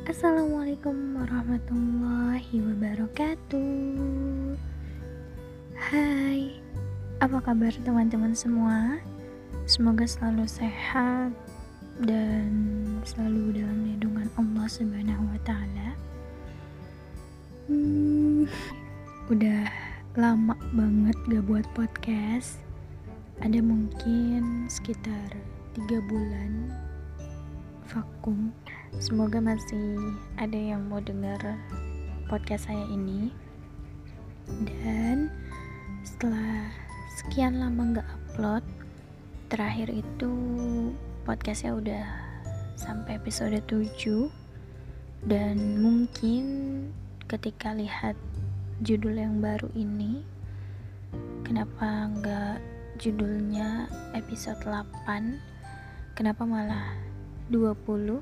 Assalamualaikum warahmatullahi wabarakatuh. Hai, apa kabar teman-teman semua? Semoga selalu sehat dan selalu dalam lindungan Allah Subhanahu wa Ta'ala. Udah lama banget gak buat podcast. Ada mungkin sekitar 3 bulan vakum. Semoga masih ada yang mau dengar podcast saya ini. Dan setelah sekian lama gak upload, terakhir itu podcastnya udah sampai episode 7. Dan mungkin ketika lihat judul yang baru ini, kenapa gak judulnya episode 8, kenapa malah 20.0.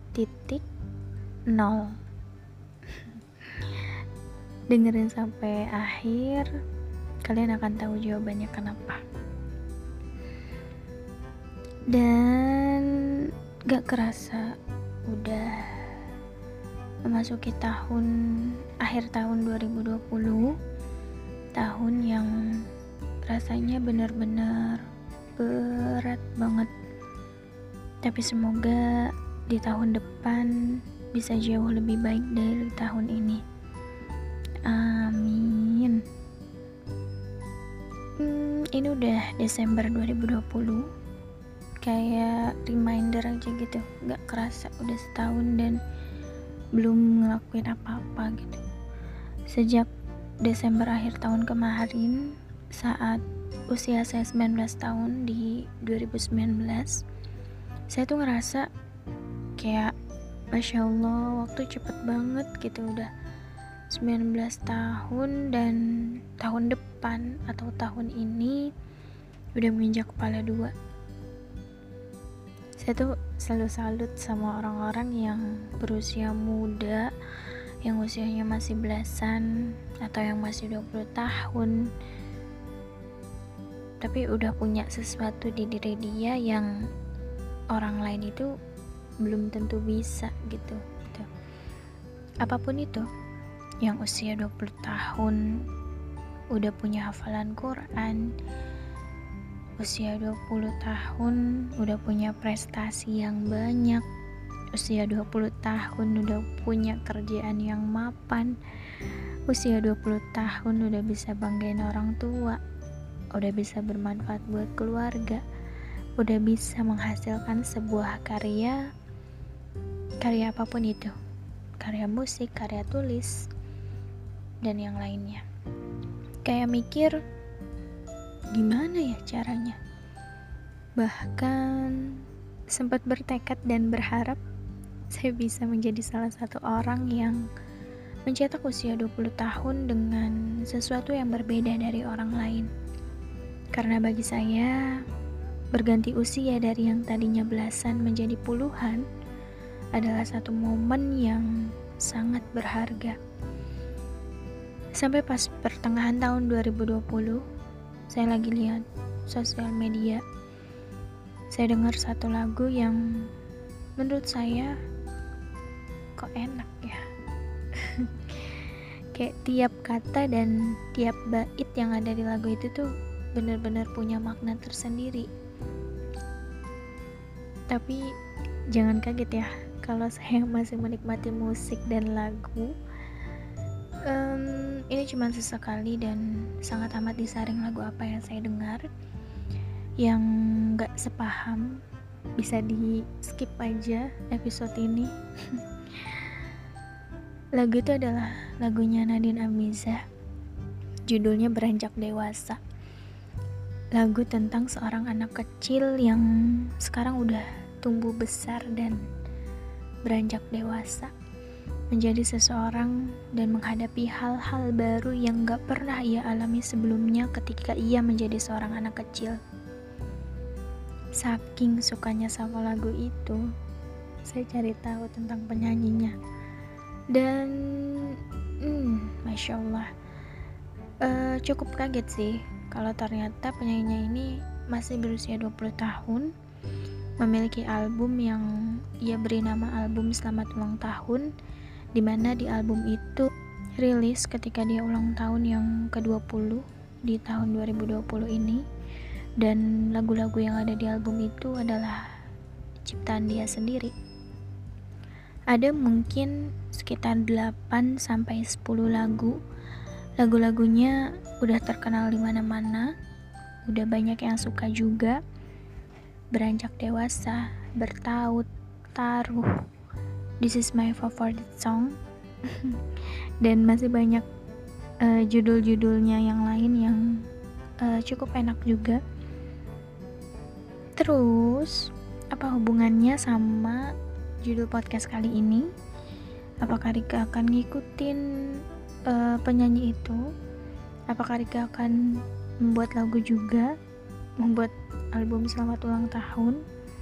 Dengerin sampai akhir, kalian akan tahu jawabannya kenapa. Dan gak kerasa udah memasuki akhir tahun 2020, tahun yang rasanya benar-benar berat banget. Tapi semoga di tahun depan bisa jauh lebih baik dari tahun ini. Amin. Ini udah Desember 2020. Kayak reminder aja gitu. Gak kerasa udah setahun dan belum ngelakuin apa-apa gitu. Sejak Desember akhir tahun kemarin, saat usia saya 19 tahun di 2019, saya tuh ngerasa kayak Masya Allah, waktu cepet banget gitu. Udah 19 tahun dan tahun depan atau tahun ini udah menginjak kepala 2. Saya tuh selalu salut sama orang-orang yang berusia muda, yang usianya masih belasan atau yang masih 20 tahun, tapi udah punya sesuatu di diri dia yang orang lain itu belum tentu bisa gitu. Apapun itu, yang usia 20 tahun udah punya hafalan Quran, usia 20 tahun udah punya prestasi yang banyak, usia 20 tahun udah punya kerjaan yang mapan, usia 20 tahun udah bisa banggain orang tua, udah bisa bermanfaat buat keluarga, udah bisa menghasilkan sebuah karya apapun itu, karya musik, karya tulis, dan yang lainnya. Kayak mikir, gimana ya caranya? Bahkan sempat bertekad dan berharap saya bisa menjadi salah satu orang yang mencetak usia 20 tahun dengan sesuatu yang berbeda dari orang lain. Karena bagi saya, berganti usia dari yang tadinya belasan menjadi puluhan adalah satu momen yang sangat berharga. Sampai pas pertengahan tahun 2020, saya lagi lihat sosial media. Saya dengar satu lagu yang menurut saya kok enak ya. Kayak tiap kata dan tiap bait yang ada di lagu itu tuh benar-benar punya makna tersendiri. Tapi jangan kaget ya kalau saya masih menikmati musik dan lagu. Ini cuma sesekali dan sangat amat disaring lagu apa yang saya dengar. Yang gak sepaham bisa di skip aja episode ini. Lagu itu adalah lagunya Nadine Amizah, judulnya Beranjak Dewasa. Lagu tentang seorang anak kecil yang sekarang udah tumbuh besar dan beranjak dewasa, menjadi seseorang dan menghadapi hal-hal baru yang gak pernah ia alami sebelumnya ketika ia menjadi seorang anak kecil. Saking sukanya sama lagu itu, saya cari tahu tentang penyanyinya. Dan Masya Allah, cukup kaget sih kalau ternyata penyanyinya ini masih berusia 20 tahun memiliki album yang ia beri nama album Selamat Ulang Tahun, dimana di album itu rilis ketika dia ulang tahun yang ke-20 di tahun 2020 ini. Dan lagu-lagu yang ada di album itu adalah ciptaan dia sendiri. Ada mungkin sekitar 8-10 lagu. Lagu-lagunya udah terkenal di mana-mana, udah banyak yang suka juga. Beranjak dewasa, bertaut, taruh, This is my favorite song. Dan masih banyak judul-judulnya yang lain yang cukup enak juga. Terus, apa hubungannya sama judul podcast kali ini? Apakah Rika akan ngikutin penyanyi itu? Apakah Rika akan membuat lagu juga? Membuat album Selamat Ulang Tahun?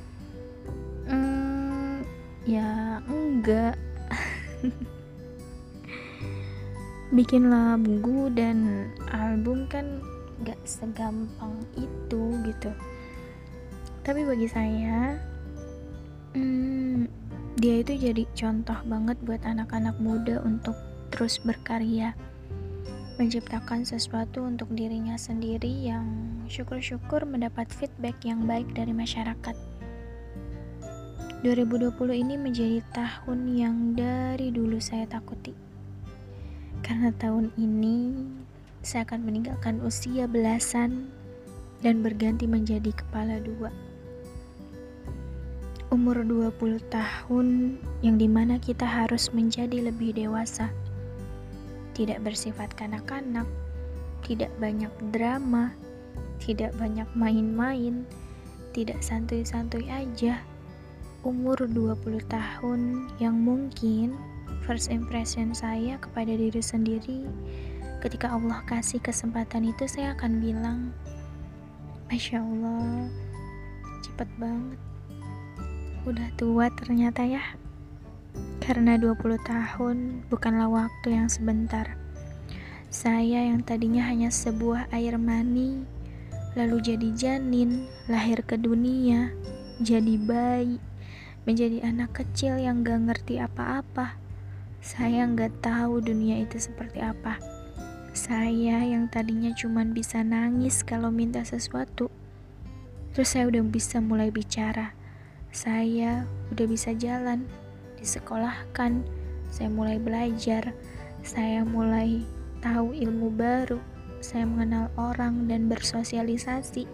Ya enggak. Bikin lagu dan album kan gak segampang itu gitu. Tapi bagi saya dia itu jadi contoh banget buat anak-anak muda untuk terus berkarya, menciptakan sesuatu untuk dirinya sendiri yang syukur-syukur mendapat feedback yang baik dari masyarakat. 2020 ini menjadi tahun yang dari dulu saya takuti, karena tahun ini saya akan meninggalkan usia belasan dan berganti menjadi kepala dua. Umur 20 tahun yang dimana kita harus menjadi lebih dewasa, tidak bersifat kanak-kanak, tidak banyak drama, tidak banyak main-main, tidak santuy-santuy aja. Umur 20 tahun yang mungkin first impression saya kepada diri sendiri, ketika Allah kasih kesempatan itu, saya akan bilang, Masya Allah, cepet banget. Udah tua ternyata ya. Karena 20 tahun bukanlah waktu yang sebentar. Saya yang tadinya hanya sebuah air mani, lalu jadi janin, lahir ke dunia, jadi bayi, menjadi anak kecil yang gak ngerti apa-apa. Saya gak tahu dunia itu seperti apa. Saya yang tadinya cuman bisa nangis kalau minta sesuatu, terus saya udah bisa mulai bicara. Saya udah bisa jalan, disekolahkan, saya mulai belajar, saya mulai tahu ilmu baru, saya mengenal orang dan bersosialisasi.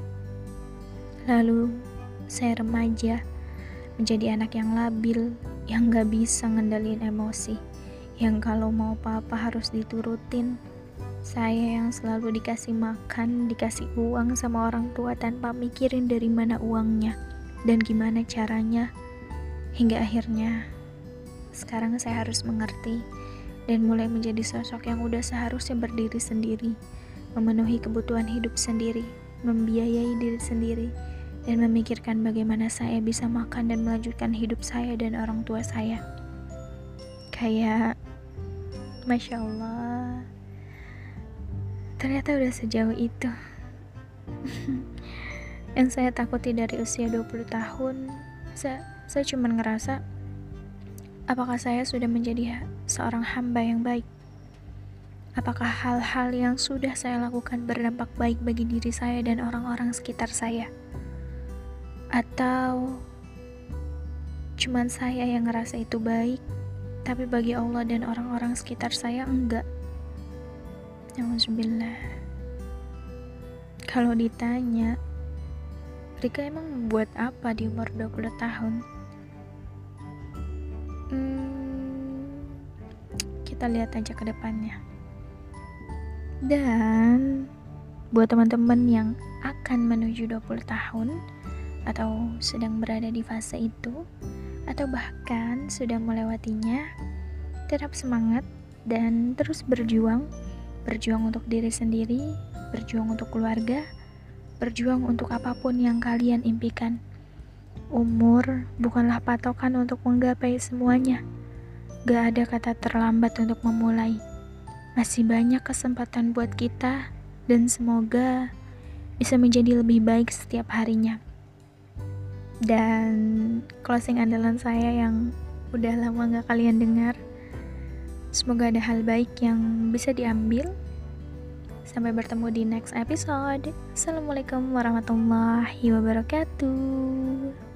Lalu saya remaja, menjadi anak yang labil, yang gak bisa ngendaliin emosi, yang kalau mau apa-apa harus diturutin. Saya yang selalu dikasih makan, dikasih uang sama orang tua tanpa mikirin dari mana uangnya dan gimana caranya. Hingga akhirnya sekarang saya harus mengerti dan mulai menjadi sosok yang udah seharusnya berdiri sendiri, memenuhi kebutuhan hidup sendiri, membiayai diri sendiri, dan memikirkan bagaimana saya bisa makan dan melanjutkan hidup saya dan orang tua saya. Kayak Masya Allah, ternyata udah sejauh itu. Yang saya takuti dari usia 20 tahun, saya cuma ngerasa, apakah saya sudah menjadi seorang hamba yang baik? Apakah hal-hal yang sudah saya lakukan berdampak baik bagi diri saya dan orang-orang sekitar saya? Atau cuman saya yang ngerasa itu baik, tapi bagi Allah dan orang-orang sekitar saya enggak? Alhamdulillah. Kalau ditanya, Rika emang membuat apa di umur 20 tahun? Kita lihat aja ke depannya. Dan buat teman-teman yang akan menuju 20 tahun atau sedang berada di fase itu, atau bahkan sudah melewatinya, tetap semangat dan terus berjuang untuk diri sendiri, berjuang untuk keluarga, berjuang untuk apapun yang kalian impikan. Umur bukanlah patokan untuk menggapai semuanya. Gak ada kata terlambat untuk memulai. Masih banyak kesempatan buat kita, dan semoga bisa menjadi lebih baik setiap harinya. dan closing andalan saya yang udah lama gak kalian dengar. Semoga ada hal baik yang bisa diambil. Sampai bertemu di next episode. Assalamualaikum warahmatullahi wabarakatuh.